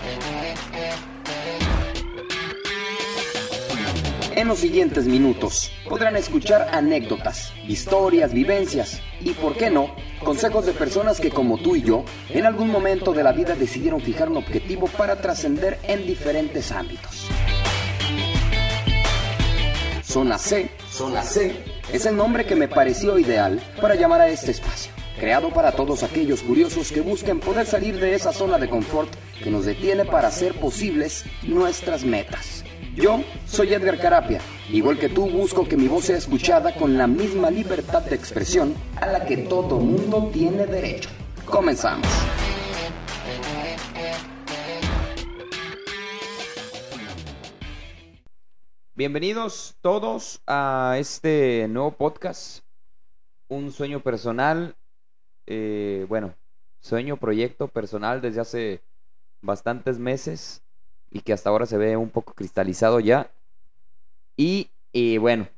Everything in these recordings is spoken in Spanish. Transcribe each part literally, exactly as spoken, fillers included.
En los siguientes minutos podrán escuchar anécdotas, historias, vivencias y, ¿por qué no?, consejos de personas que, como tú y yo, en algún momento de la vida decidieron fijar un objetivo para trascender en diferentes ámbitos. Zona C, Zona C, es el nombre que me pareció ideal para llamar a este espacio, creado para todos aquellos curiosos que busquen poder salir de esa zona de confort que nos detiene para hacer posibles nuestras metas. Yo soy Edgar Carapia, igual que tú busco que mi voz sea escuchada con la misma libertad de expresión a la que todo mundo tiene derecho. Comenzamos. Bienvenidos todos a este nuevo podcast, un sueño personal, eh, bueno, sueño, proyecto personal desde hace bastantes meses y que hasta ahora se ve un poco cristalizado ya. Y, y bueno,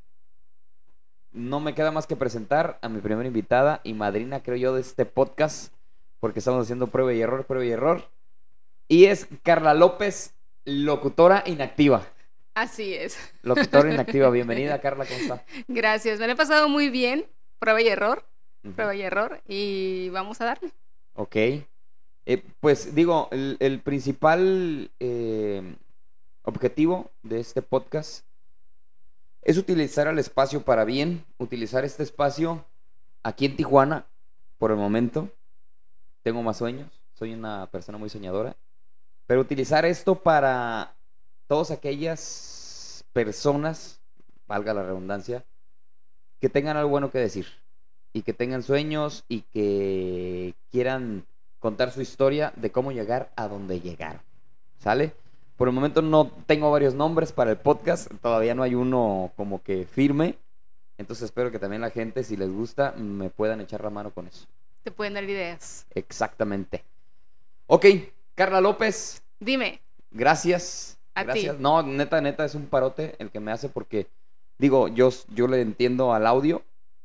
no me queda más que presentar a mi primera invitada y madrina, creo yo, de este podcast, porque estamos haciendo prueba y error, prueba y error. Y es Carla López, locutora inactiva. Así es. Locutora inactiva, bienvenida, Carla, ¿cómo está? Gracias, me lo he pasado muy bien, prueba y error, Uh-huh. prueba y error, y vamos a darle. Ok. Eh, pues digo, el, el principal eh, objetivo de este podcast es utilizar el espacio para bien, utilizar este espacio aquí en Tijuana, por el momento. Tengo más sueños, soy una persona muy soñadora, pero utilizar esto para todas aquellas personas, valga la redundancia, que tengan algo bueno que decir y que tengan sueños y que quieran contar su historia de cómo llegar a donde llegaron, ¿sale? Por el momento no tengo varios nombres para el podcast, todavía no hay uno como que firme, entonces espero que también la gente, si les gusta, me puedan echar la mano con eso. Te pueden dar ideas. Exactamente. Ok, Carla López. Dime. Gracias. A Gracias. ti. No, neta, neta, es un parote el que me hace porque, digo, yo, yo le entiendo al audio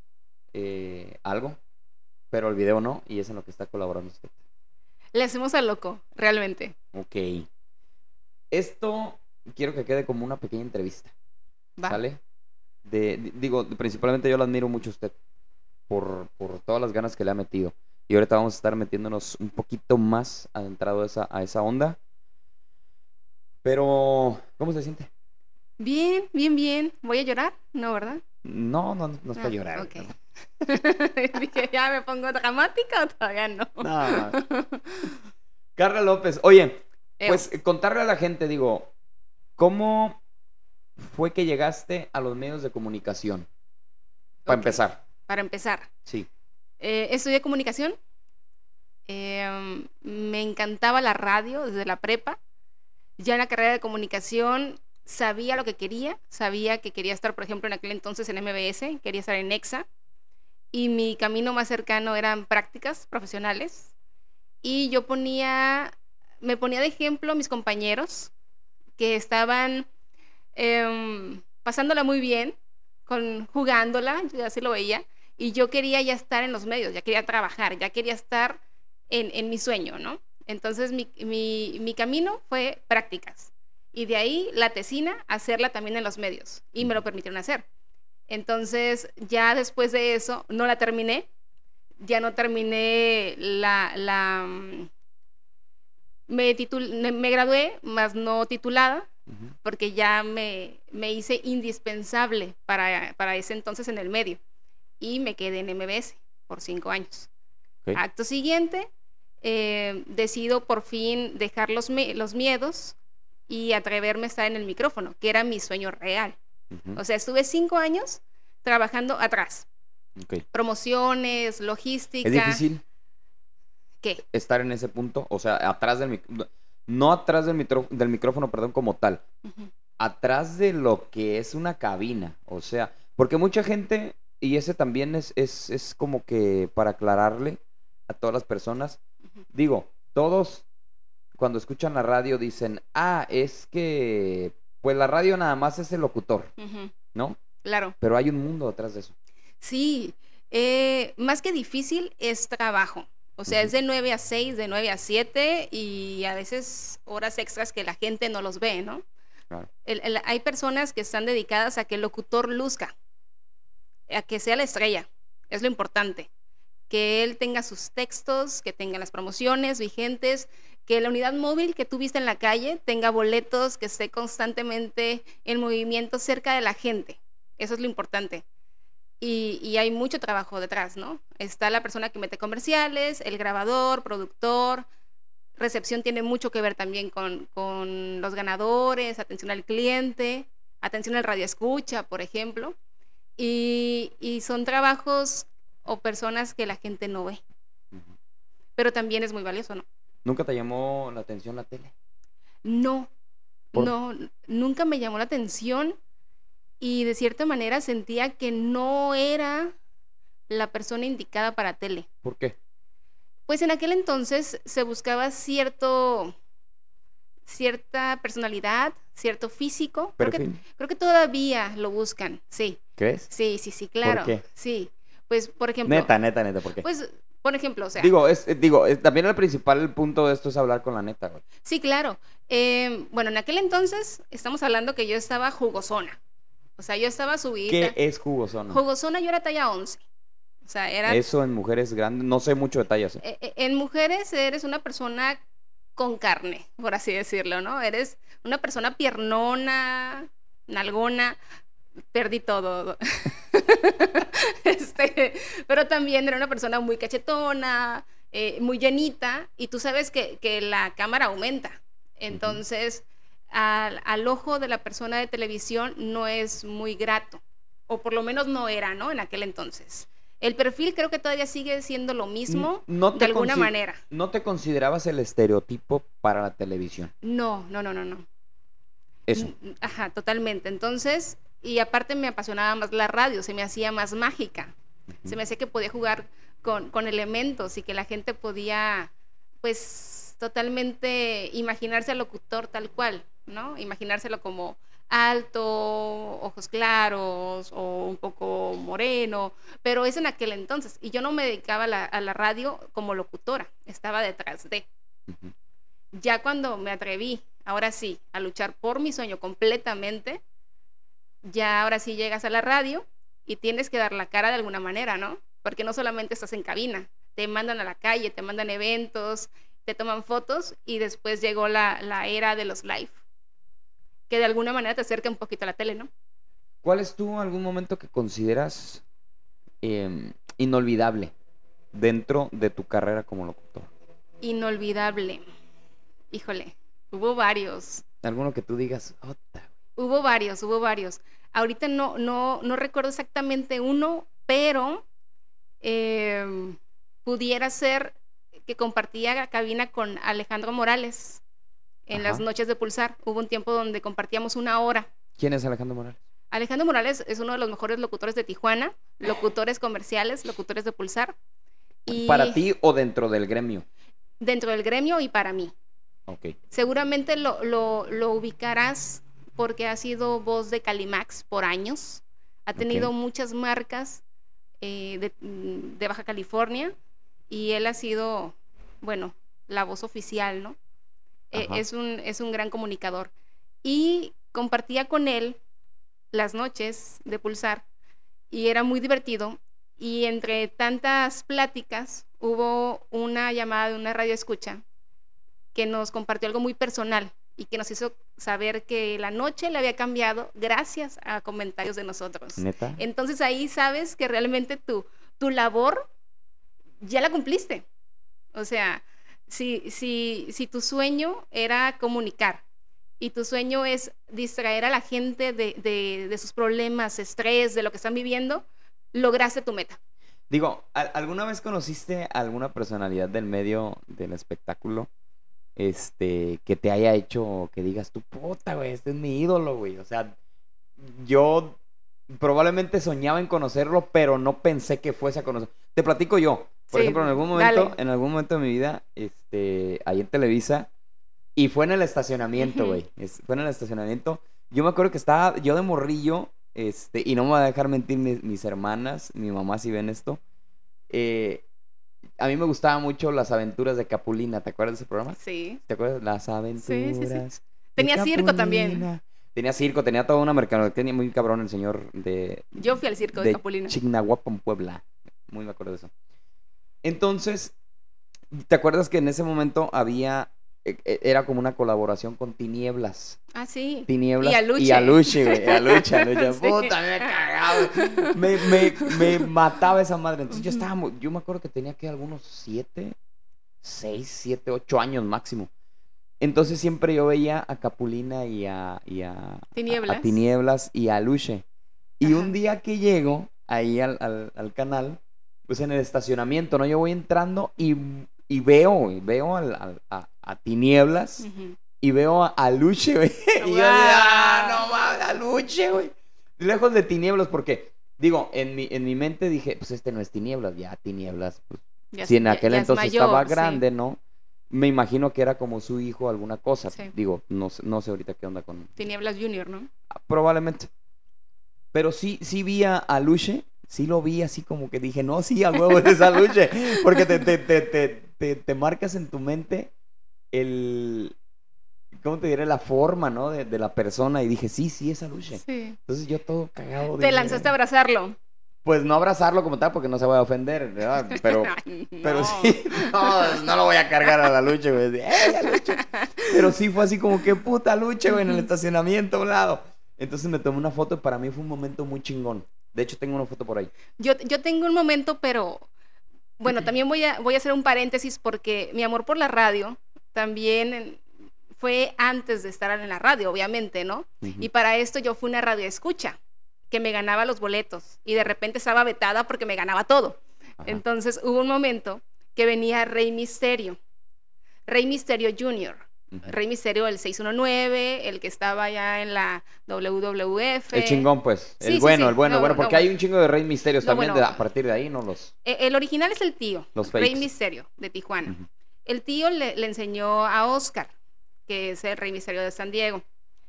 eh, algo, pero el video no, y es en lo que está colaborando usted. Le hacemos al loco, realmente. Ok. Esto quiero que quede como una pequeña entrevista. Va. ¿Sale? De, de- digo, principalmente yo la admiro mucho a usted por, por todas las ganas que le ha metido. Y ahorita vamos a estar metiéndonos un poquito más adentrado a esa, a esa onda. Pero, ¿cómo se siente? Bien, bien, bien. ¿Voy a llorar? No, ¿verdad? No, no, no es para Ah, llorar. ok. Dije, ¿ya me pongo dramática o todavía no? No, no. Carla López, oye, Eo. pues eh, contarle a la gente, digo, ¿cómo fue que llegaste a los medios de comunicación? Para Ok. empezar. Para empezar, Sí. eh, estudié comunicación. Eh, me encantaba la radio desde la prepa. Ya en la carrera de comunicación sabía lo que quería. Sabía que quería estar, por ejemplo, en aquel entonces en M B S, quería estar en EXA. Y mi camino más cercano eran prácticas profesionales. Y yo ponía, me ponía de ejemplo a mis compañeros que estaban em, pasándola muy bien, con, jugándola, yo así lo veía. Y yo quería ya estar en los medios, ya quería trabajar, ya quería estar en, en mi sueño, ¿no? Entonces mi, mi, mi camino fue prácticas. Y de ahí la tesina, hacerla también en los medios. Y me lo permitieron hacer. Entonces, ya después de eso, no la terminé. Ya no terminé la... la mm, me, titul, me gradué, más no titulada, Ujú. porque ya me, me hice indispensable para, para ese entonces en el medio. Y me quedé en M B S por cinco años. Ok. Acto siguiente, eh, decido por fin dejar los, me- los miedos y atreverme a estar en el micrófono, que era mi sueño real. Ujú. O sea, estuve cinco años trabajando atrás. Ok. Promociones, logística. ¿Es difícil ¿Qué? estar en ese punto? O sea, atrás del micrófono, no atrás del, micro- del micrófono, perdón, como tal, Ujú. atrás de lo que es una cabina. O sea, porque mucha gente, y ese también es, es, es como que para aclararle a todas las personas, Ujú. digo, todos cuando escuchan la radio dicen, ah, es que, pues la radio nada más es el locutor, Ujú. ¿no? Claro. Pero hay un mundo detrás de eso. Sí, eh, más que difícil es trabajo. O sea, Ujú. es de nueve a seis, de nueve a siete y a veces horas extras que la gente no los ve, ¿no? Claro. El- el- hay personas que están dedicadas a que el locutor luzca, a que sea la estrella, es lo importante. Que él tenga sus textos, que tenga las promociones vigentes, que la unidad móvil que tú viste en la calle tenga boletos, que esté constantemente en movimiento cerca de la gente. Eso es lo importante. Y, y hay mucho trabajo detrás, ¿no? Está la persona que mete comerciales, el grabador, productor, recepción tiene mucho que ver también con, con los ganadores, atención al cliente, atención al radioescucha, por ejemplo. Y, y son trabajos o personas que la gente no ve, Ujú. pero también es muy valioso, ¿no? ¿Nunca te llamó la atención la tele? No, ¿Por? no, nunca me llamó la atención y de cierta manera sentía que no era la persona indicada para tele. ¿Por qué? Pues en aquel entonces se buscaba cierto, cierta personalidad, cierto físico. Creo que, Perfil. creo que todavía lo buscan, sí, ¿Crees? sí, sí, sí, claro. qué? Sí, pues por ejemplo, Neta, neta, neta, ¿por qué? pues por ejemplo, o sea, Digo, es, eh, digo, es- también el principal punto de esto es hablar con la neta, güey. sí, claro. Eh, bueno, en aquel entonces estamos hablando que yo estaba jugosona. O sea, yo estaba subida. ¿Qué es jugosona? Jugosona yo era talla once. O sea, era... Eso en mujeres grandes, no sé mucho detalles. ¿eh? eh, eh, En mujeres eres una persona con carne, por así decirlo, ¿no? Eres una persona piernona, nalgona. Perdí todo. este, pero también era una persona muy cachetona, eh, muy llenita, y tú sabes que, que la cámara aumenta. Entonces, al, al ojo de la persona de televisión no es muy grato, o por lo menos no era, ¿no? En aquel entonces. El perfil creo que todavía sigue siendo lo mismo, N- no te de alguna consi- manera. ¿No te considerabas el estereotipo para la televisión? No, no, no, no, no. Eso. Mm, Ajá, totalmente. Entonces, y aparte me apasionaba más la radio, se me hacía más mágica. Ujú. Se me hacía que podía jugar con, con elementos y que la gente podía, pues, totalmente imaginarse al locutor tal cual, ¿no? Imaginárselo como alto, ojos claros o un poco moreno, pero es en aquel entonces. Y yo no me dedicaba a la, a la radio como locutora, estaba detrás de. Ujú. Ya cuando me atreví, ahora sí, a luchar por mi sueño completamente, ya ahora sí llegas a la radio y tienes que dar la cara de alguna manera, ¿no? Porque no solamente estás en cabina, te mandan a la calle, te mandan eventos, te toman fotos y después llegó la, la era de los live, que de alguna manera te acerca un poquito a la tele, ¿no? ¿Cuál es tú algún momento que consideras eh, inolvidable dentro de tu carrera como locutor? Inolvidable. Híjole, hubo varios. Alguno que tú digas, "Ota, Hubo varios, hubo varios. Ahorita no, no, no recuerdo exactamente uno, pero eh, pudiera ser que compartía cabina con Alejandro Morales en Ajá. las noches de Pulsar. Hubo un tiempo donde compartíamos una hora. ¿quién es Alejandro Morales?" Alejandro Morales es uno de los mejores locutores de Tijuana, locutores comerciales, locutores de Pulsar. Y ¿Para ti o dentro del gremio? dentro del gremio y para mí. Ok. Seguramente lo, lo, lo ubicarás porque ha sido voz de Calimax por años. Ha tenido Ok. muchas marcas eh, de, de Baja California y él ha sido, bueno, la voz oficial, ¿no? Eh, Ajá. es, un, es un gran comunicador. Y compartía con él las noches de Pulsar y era muy divertido. Y entre tantas pláticas hubo una llamada de una radio escucha que nos compartió algo muy personal y que nos hizo saber que la noche le había cambiado gracias a comentarios de nosotros. ¿Neta? Entonces ahí sabes que realmente tu, tu labor ya la cumpliste. O sea, si, si, si tu sueño era comunicar y tu sueño es distraer a la gente de, de, de sus problemas, estrés, de lo que están viviendo, lograste tu meta. Digo, ¿al- ¿alguna vez conociste a alguna personalidad del medio del espectáculo este, que te haya hecho que digas, tú puta, güey, este es mi ídolo, güey? O sea, yo probablemente soñaba en conocerlo, pero no pensé que fuese a conocer. Te platico yo. Por Sí, ejemplo, en algún momento, dale. en algún momento de mi vida, este, ahí en Televisa, y fue en el estacionamiento, Ujú. güey. Es- Fue en el estacionamiento. Yo me acuerdo que estaba yo de morrillo, este, y no me va a dejar mentir mis, mis hermanas, mi mamá si ven esto. eh, a mí me gustaban mucho las aventuras de Capulina, ¿te acuerdas de ese programa? Sí. ¿Te acuerdas? Las aventuras. Sí, sí, sí. de Tenía circo Capulina. también. Tenía circo, tenía toda una mercadotecnia muy cabrón el señor de... Yo fui al circo de, de Capulina. Chignahuapan, Puebla. Muy me acuerdo de eso. Entonces, ¿te acuerdas que en ese momento había... Era como una colaboración con Tinieblas? Ah, sí. Tinieblas y Aluche. Y Aluche, güey. Aluche, Aluche. Sí. Puta, me cagaba. Me, me, me mataba esa madre. Entonces yo estaba... muy- Yo me acuerdo que tenía que algunos siete, seis, siete, ocho años máximo. Entonces siempre yo veía a Capulina y a, y a, Tinieblas. a, a Tinieblas y a Luche. Y Ajá. un día que llego ahí al, al, al canal, pues en el estacionamiento, ¿no? Yo voy entrando y, y veo, y veo al, al- a, a Tinieblas Ujú. y veo a, a Luche, güey. Y yo, Wow. ah, no mames, a Luche, güey. Lejos de Tinieblas, porque, digo, en mi, en mi mente dije, pues este no es Tinieblas, ya Tinieblas, pues Ya, si en ya- aquel ya es entonces mayor, estaba sí. grande, ¿no? Me imagino que era como su hijo, alguna cosa. Sí. Digo, no, sé- no sé ahorita qué onda con... Tinieblas Junior, ¿no? Ah, probablemente. Pero sí, sí vi a, a Luche, sí lo vi así como que dije, no, sí, a huevo es a Luche. Porque te, te, te, te, te, te marcas en tu mente el... ¿Cómo te diré? La forma, ¿no? De, de la persona. Y dije, sí, sí, es a Luche. Sí. Entonces yo todo cagado. Te dije, lanzaste a abrazarlo. Pues no abrazarlo como tal porque no se vaya a ofender, ¿verdad? Pero... Ay, no. Pero sí, no, no lo voy a cargar a la Luche, güey. Así, ¡eh, la Luche! Pero sí fue así como que puta Luche, güey, en el estacionamiento a un lado. Entonces me tomé una foto y para mí fue un momento muy chingón. De hecho, tengo una foto por ahí. Yo, yo tengo un momento, pero bueno, también voy a, voy a hacer un paréntesis porque mi amor por la radio también en- fue antes de estar en la radio, obviamente, ¿no? Ujú. Y para esto yo fui una radio escucha, que me ganaba los boletos y de repente estaba vetada porque me ganaba todo. Ajá. Entonces hubo un momento que venía Rey Misterio, Rey Misterio Junior, Ujú. Rey Misterio el seiscientos diecinueve, el que estaba ya en la W W F. El chingón, pues. Sí, El sí, bueno, sí. el bueno, No, bueno. no, Porque bueno. hay un chingo de Rey Misterios No, también. bueno. de- a partir de ahí, no los... Eh, El original es el tío, Los Rey fakes. Misterio de Tijuana. Ujú. El tío le, le enseñó a Oscar, que es el Rey Misterio de San Diego.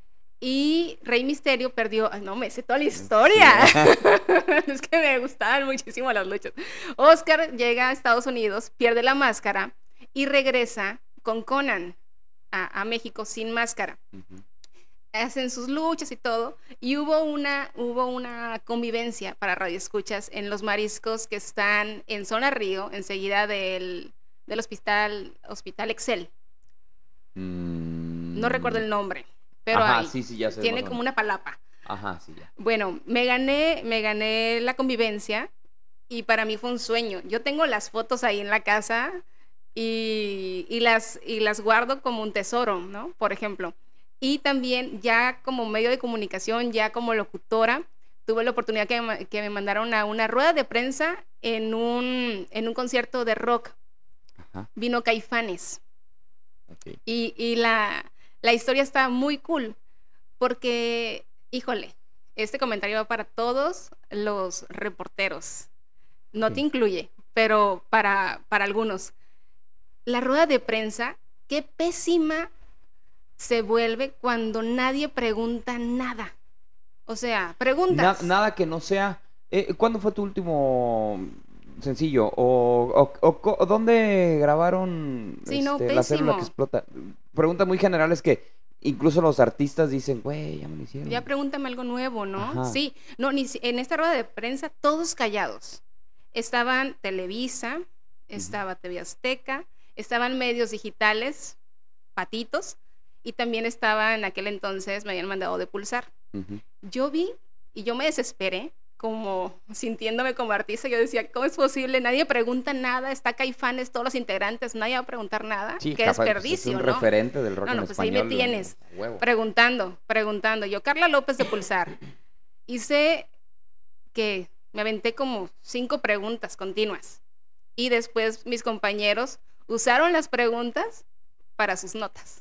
Y Rey Misterio perdió, ay, no me sé toda la historia. Es que me gustaban muchísimo las luchas. Oscar llega a Estados Unidos, pierde la máscara y regresa con Conan a, a México sin máscara. Ujú. Hacen sus luchas y todo, y hubo una, hubo una convivencia para radioescuchas en los mariscos que están en Zona Río, enseguida del, del hospital, hospital Excel. Mm. No recuerdo el nombre, pero Ajá, ahí sí, sí, ya sé. tiene más o como menos. una palapa. Ajá, sí, ya. Bueno, me gané, me gané la convivencia y para mí fue un sueño. Yo tengo las fotos ahí en la casa y, y las, y las guardo como un tesoro, ¿no? Por ejemplo. Y también ya como medio de comunicación, ya como locutora, tuve la oportunidad que me, que me mandaron a una rueda de prensa en un, en un concierto de rock. Ajá, Vino Caifanes. ok. Y, y la, la historia está muy cool porque, híjole, este comentario va para todos los reporteros. No Sí. te incluye, pero para, para algunos. La rueda de prensa, qué pésima se vuelve cuando nadie pregunta nada. O sea, Na- preguntas. nada que no sea... eh, ¿cuándo fue tu último sencillo? ¿O, o, o co- dónde grabaron Sí, no, este, La célula que pésimo. explota? Preguntas muy generales que incluso los artistas dicen, güey, ya me lo hicieron. Ya pregúntame algo nuevo, ¿no? Ajá. Sí, no, ni si- en esta rueda de prensa todos callados. Estaban Televisa, estaba T V Azteca, estaban medios digitales, patitos, y también estaba en aquel entonces, me habían mandado de Pulsar. Ujú. Yo vi y yo me desesperé, como sintiéndome como artista. Yo decía, ¿cómo es posible? Nadie pregunta nada, está Caifanes, todos los integrantes, nadie va a preguntar nada. Sí, Qué capaz, pues, desperdicio, es un ¿no? referente del rock No, no, en pues ahí me español. tienes. a huevo. Preguntando, preguntando. Yo, Carla López de Pulsar, hice que me aventé como cinco preguntas continuas. Y después mis compañeros usaron las preguntas para sus notas.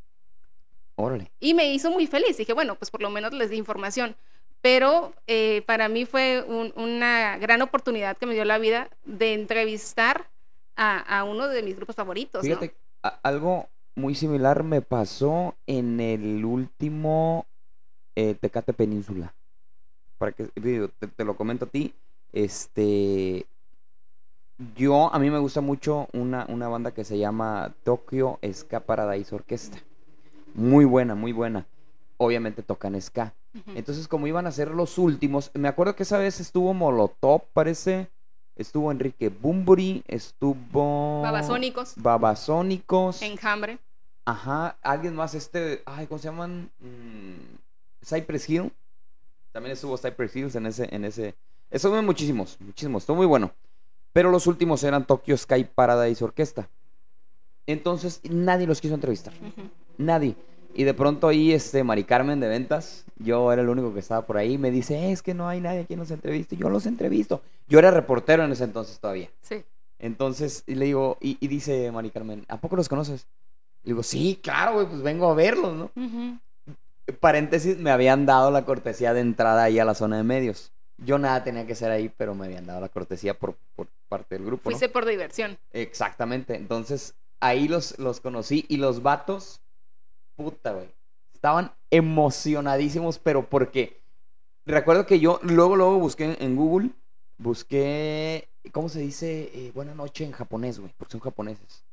Órale. Y me hizo muy feliz. Dije, bueno, pues por lo menos les di información. Pero eh, para mí fue un- una gran oportunidad que me dio la vida de entrevistar a, a uno de mis grupos favoritos, ¿no? Fíjate, a- algo muy similar me pasó en el último eh, Tecate Península. Para que digo, te, te lo comento a ti, este yo, a mí me gusta mucho una, una banda que se llama Tokyo Ska Paradise Orquesta. Muy buena, muy buena. Obviamente tocan ska. Ujú. Entonces, como iban a ser los últimos, me acuerdo que esa vez estuvo Molotov, parece. Estuvo Enrique Bunbury, estuvo... Babasónicos, Babasónicos. Enjambre. Ajá, alguien más, este... Ay, ¿cómo se llaman? Mm, Cypress Hill. También estuvo Cypress Hills en ese... En ese... Estuvo muchísimos, muchísimos. Estuvo muy bueno. Pero los últimos eran Tokyo Sky Paradise Orquesta. Entonces, nadie los quiso entrevistar. Ujú. Nadie. Y de pronto ahí, este, Mari Carmen de ventas, yo era el único que estaba por ahí, me dice, "Eh, es que no hay nadie quien los entreviste". Yo los entrevisto. Yo era reportero en ese entonces todavía. Sí. Entonces, y le digo, y, y dice Mari Carmen, ¿a poco los conoces? Le digo, sí, claro, güey, pues vengo a verlos, ¿no? Ujú. Paréntesis, me habían dado la cortesía de entrada ahí a la zona de medios. Yo nada tenía que hacer ahí, pero me habían dado la cortesía por, por parte del grupo, ¿no? Fuiste por diversión. Exactamente. Entonces, ahí los, los conocí y los vatos, puta, güey, estaban emocionadísimos, pero porque recuerdo que yo luego, luego busqué en Google, busqué, ¿cómo se dice? Eh, buena noche en japonés, güey, porque son japoneses.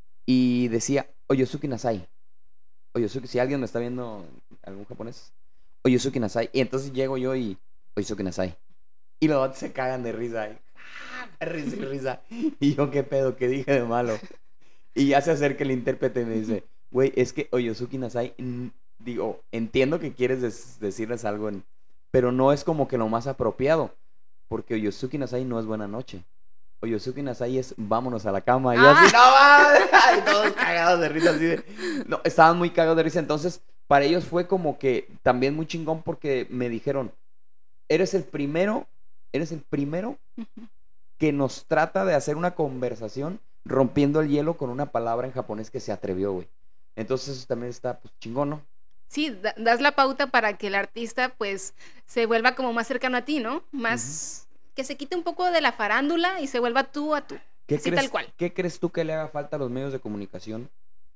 Y decía, Oyosuki Nasai. Oyosuki, si alguien me está viendo, algún japonés, Oyosuki Nasai. Y entonces llego yo y, Oyosuki Nasai. Y los vatos se cagan de risa. Y, ¡ah! Risa y risa. Y yo, ¿qué pedo? ¿Qué dije de malo? Y ya se acerca el intérprete y me dice, güey, es que Oyosuki Nasai, mm, digo, entiendo que quieres des- decirles algo, en- pero no es como que lo más apropiado, porque Oyosuki Nasai no es buena noche. Oyosuki Nasai es vámonos a la cama. Y yo así, no mames. Y todos cagados de risa, así de... No, estaban muy cagados de risa. Entonces, para ellos fue como que también muy chingón porque me dijeron, eres el primero, eres el primero Ujú. que nos trata de hacer una conversación rompiendo el hielo con una palabra en japonés que se atrevió, güey. Entonces eso también está, pues, chingón, ¿no? Sí, da- das la pauta para que el artista pues se vuelva como más cercano a ti, ¿no? Más que se quite un poco de la farándula y se vuelva tú a tú. ¿Qué Así crees, tal cual. ¿Qué crees tú que le haga falta a los medios de comunicación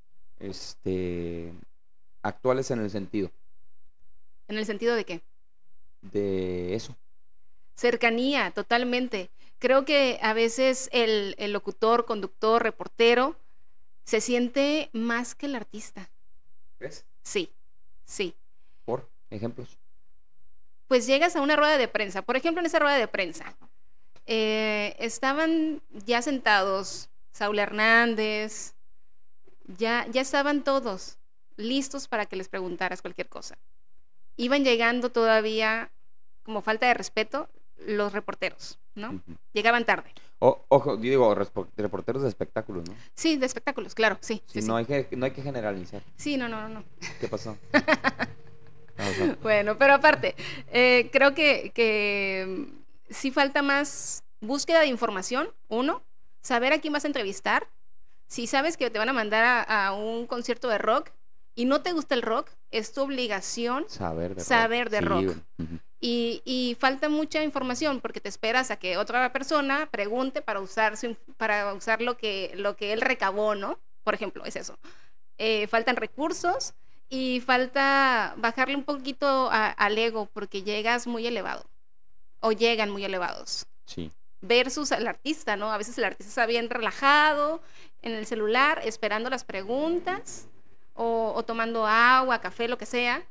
este, actuales en el sentido ¿En el sentido de qué? de eso? Cercanía, totalmente. Creo que a veces el, el locutor, conductor, reportero se siente más que el artista. ¿Crees? Sí, sí. Por ejemplos. Pues llegas a una rueda de prensa. Por ejemplo, en esa rueda de prensa eh, estaban ya sentados Saúl Hernández, ya, ya estaban todos listos para que les preguntaras cualquier cosa. Iban llegando todavía, como falta de respeto, los reporteros, ¿no? Ujú. Llegaban tarde. O- ojo, yo digo, respo- reporteros de espectáculos, ¿no? Sí, de espectáculos, claro, sí. Sí, Sí, no, sí. Hay que, no hay que generalizar. Sí, no, no, no, no. ¿Qué pasó? Ah, o sea, Bueno, pero aparte, eh, creo que, que mm, sí falta más búsqueda de información, uno, saber a quién vas a entrevistar. Si sabes que te van a mandar a, a un concierto de rock y no te gusta el rock, es tu obligación saber de Saber rock. de Sí, rock. güey. Ujú. y, y falta mucha información porque te esperas a que otra persona pregunte para usar, su inf- para usar lo que, lo que él recabó, ¿no? Por ejemplo, es eso. Eh, faltan recursos y falta bajarle un poquito a- al ego porque llegas muy elevado o llegan muy elevados Sí. versus al artista, ¿no? A veces el artista está bien relajado en el celular esperando las preguntas o, o tomando agua, café, lo que sea,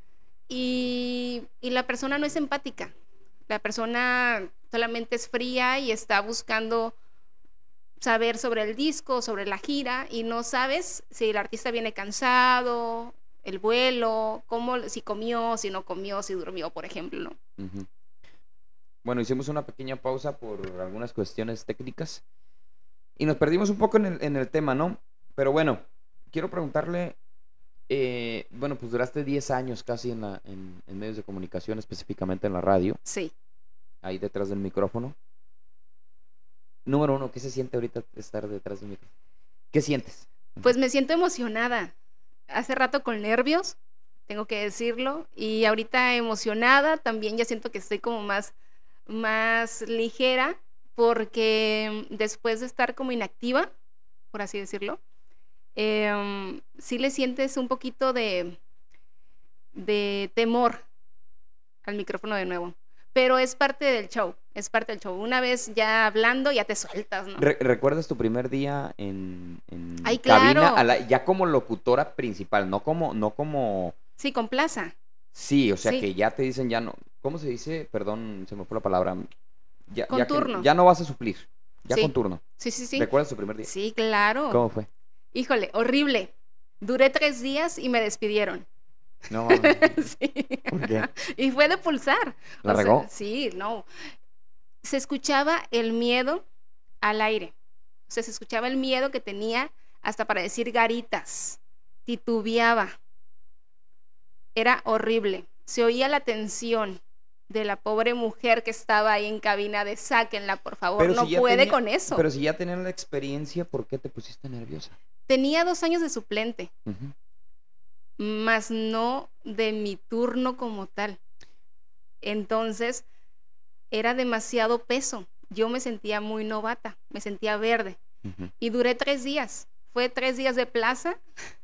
y, y la persona no es empática. La persona solamente es fría y está buscando saber sobre el disco, sobre la gira, y no sabes si el artista viene cansado, el vuelo, cómo, si comió, si no comió, si durmió, por ejemplo, ¿no? Ujú. Bueno, hicimos una pequeña pausa por algunas cuestiones técnicas y nos perdimos un poco en el, en el tema, ¿no? Pero bueno, quiero preguntarle, eh, bueno, pues duraste diez años casi en, la, en, en medios de comunicación, específicamente en la radio, Sí. ahí detrás del micrófono. Número uno, ¿qué se siente ahorita estar detrás del micrófono? ¿Qué sientes? Pues me siento emocionada. Hace rato con nervios, tengo que decirlo, y ahorita emocionada, también ya siento que estoy como más, más ligera, porque después de estar como inactiva, por así decirlo, eh, sí le sientes un poquito de, de temor al micrófono de nuevo, pero es parte del show, es parte del show. Una vez ya hablando, ya te sueltas, ¿no? Re- ¿Recuerdas tu primer día en, en Ay, cabina? claro. A la- ya como locutora principal, no como, no como... Sí, con Plaza. Sí, o sea Sí. que ya te dicen ya no... ¿Cómo se dice? Perdón, se me fue la palabra. Ya, Con ya que- turno. ya no vas a suplir, ya Sí. con turno. Sí, sí, sí. ¿Recuerdas tu primer día? Sí, claro. ¿Cómo fue? Híjole, horrible. Duré tres días y me despidieron. No, Sí. ¿por qué? Y fue de pulsar. ¿La O sea, regó? sí, no. Se escuchaba el miedo al aire. O sea, se escuchaba el miedo que tenía hasta para decir garitas. Titubeaba. Era horrible. Se oía la tensión de la pobre mujer que estaba ahí en cabina de sáquenla, por favor. Pero No si ya puede tenía- con eso. Pero si ya tenías la experiencia, ¿por qué te pusiste nerviosa? Tenía dos años de suplente, Ujú. más no de mi turno como tal. Entonces, era demasiado peso. Yo me sentía muy novata, me sentía verde. Ujú. Y duré tres días. Fue tres días de plaza.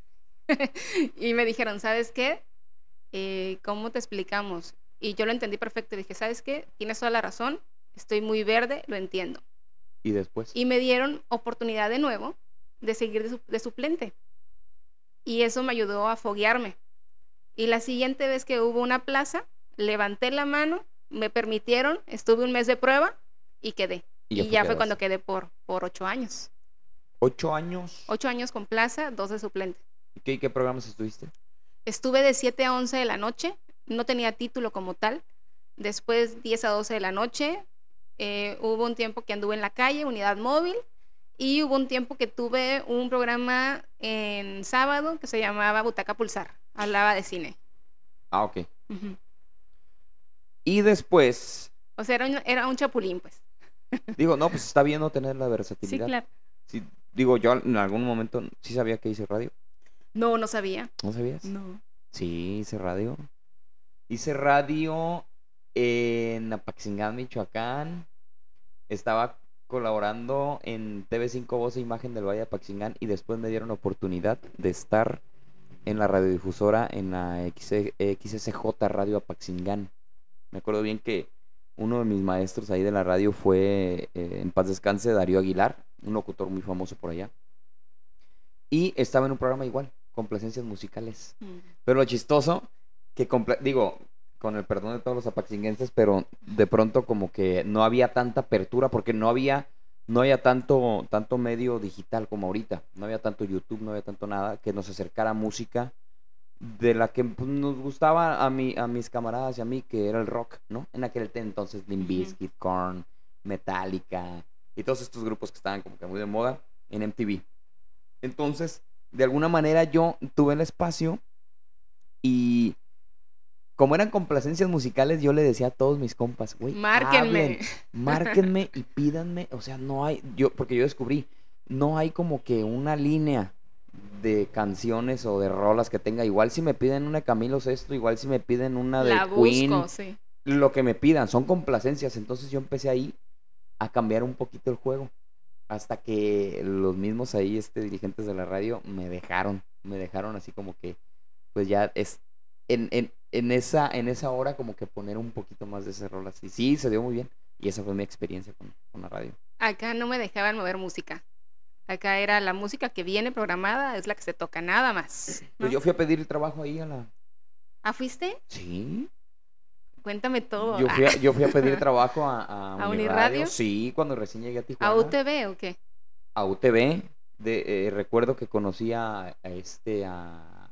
Y me dijeron, ¿sabes qué? Eh, ¿cómo te explicamos? Y yo lo entendí perfecto. Y dije, ¿sabes qué? Tienes toda la razón. Estoy muy verde, lo entiendo. ¿Y después? Y me dieron oportunidad de nuevo de seguir de, su- de suplente. Y eso me ayudó a foguearme. Y la siguiente vez que hubo una plaza, levanté la mano, me permitieron, estuve un mes de prueba y quedé. Y Y ya ya, fue fue quedaste. cuando quedé por, por ocho años. ¿Ocho años? Ocho años con plaza, dos de suplente. ¿Qué, qué programas estuviste? Estuve de siete a once de la noche, no tenía título como tal. Después diez a doce de la noche, eh, hubo un tiempo que anduve en la calle, unidad móvil, y hubo un tiempo que tuve un programa en sábado que se llamaba Butaca Pulsar, hablaba de cine. Ah, ok. Ujú. Y después, O sea, era un, era un chapulín, pues. digo, no, pues está bien no tener la Sí, versatilidad. claro. Sí, digo, yo en algún momento sí sabía que hice radio. No, no sabía. ¿No sabías? No. Sí, hice radio. Hice radio en Apaxingán, Michoacán. Estaba colaborando en T V cinco Voz e Imagen del Valle de Apaxingán y después me dieron oportunidad de estar en la radiodifusora en la X S J Radio Apaxingán. Me acuerdo bien que uno de mis maestros ahí de la radio fue, eh, en paz descanse, Darío Aguilar, un locutor muy famoso por allá. Y estaba en un programa igual, complacencias musicales. Mm. Pero lo chistoso, que comple- digo, con el perdón de todos los apaxinguenses, pero de pronto como que no había tanta apertura, porque no había, no había tanto, tanto medio digital como ahorita. No había tanto YouTube, no había tanto nada que nos acercara música de la que pues, nos gustaba a, mi, a mis camaradas y a mí, que era el rock, ¿no? En aquel entonces, Limp Ujú. Bizkit, Korn, Metallica y todos estos grupos que estaban como que muy de moda en M T V. Entonces, de alguna manera yo tuve el espacio y como eran complacencias musicales, yo le decía a todos mis compas, güey, Márquenme. hablen, márquenme y pídanme, o sea, no hay, yo, porque yo descubrí, no hay como que una línea de canciones o de rolas que tenga, igual si me piden una de Camilo Sesto, igual si me piden una de La Queen, busco, sí. lo que me pidan, son complacencias, entonces yo empecé ahí a cambiar un poquito el juego, hasta que los mismos ahí, este, dirigentes de la radio, me dejaron, me dejaron así como que, pues ya es, en, en, en esa, en esa hora como que poner un poquito más de ese rol así, sí, se dio muy bien, y esa fue mi experiencia con, con la radio. Acá no me dejaban mover música. Acá era la música que viene programada, es la que se toca, nada más. ¿no? Pues yo fui a pedir el trabajo ahí a la... ¿Ah, fuiste? Sí, Cuéntame todo. yo fui a, yo fui a pedir trabajo a, a, ¿A Uniradio, Uniradio? sí, cuando recién llegué a Tijuana. ¿A U T V o qué? A U T V, de, eh, recuerdo que conocí a, a este, a...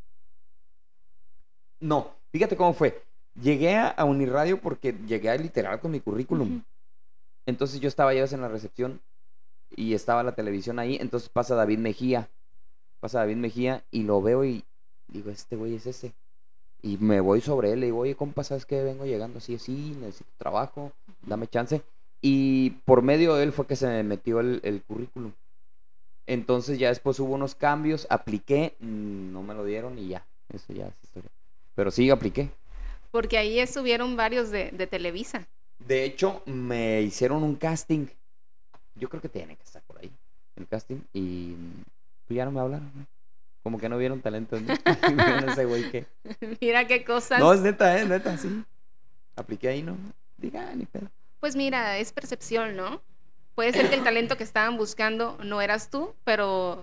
No, fíjate cómo fue. Llegué a, a Uniradio porque llegué a literal con mi currículum. Ujú. Entonces yo estaba ya en la recepción y estaba la televisión ahí. Entonces pasa David Mejía. Pasa David Mejía y lo veo y digo, este güey es ese. Y me voy sobre él. Le digo, oye, compa, ¿sabes qué? Vengo llegando así, así, necesito trabajo, dame chance. Y por medio de él fue que se me metió el, el currículum. Entonces ya después hubo unos cambios, apliqué, mm, no me lo dieron y ya, eso ya es historia. Pero sí, apliqué. Porque ahí estuvieron varios de, de Televisa. De hecho, me hicieron un casting. Yo creo que tiene que estar por ahí, el casting. Y pues ya no me hablaron, ¿no? Como que no vieron talento en mí. Vieron ese güey que... Mira qué cosas. No, es neta, es neta, sí. Apliqué ahí, ¿no? Diga, ni pedo. Pues mira, es percepción, ¿no? Puede ser que el talento que estaban buscando no eras tú, pero,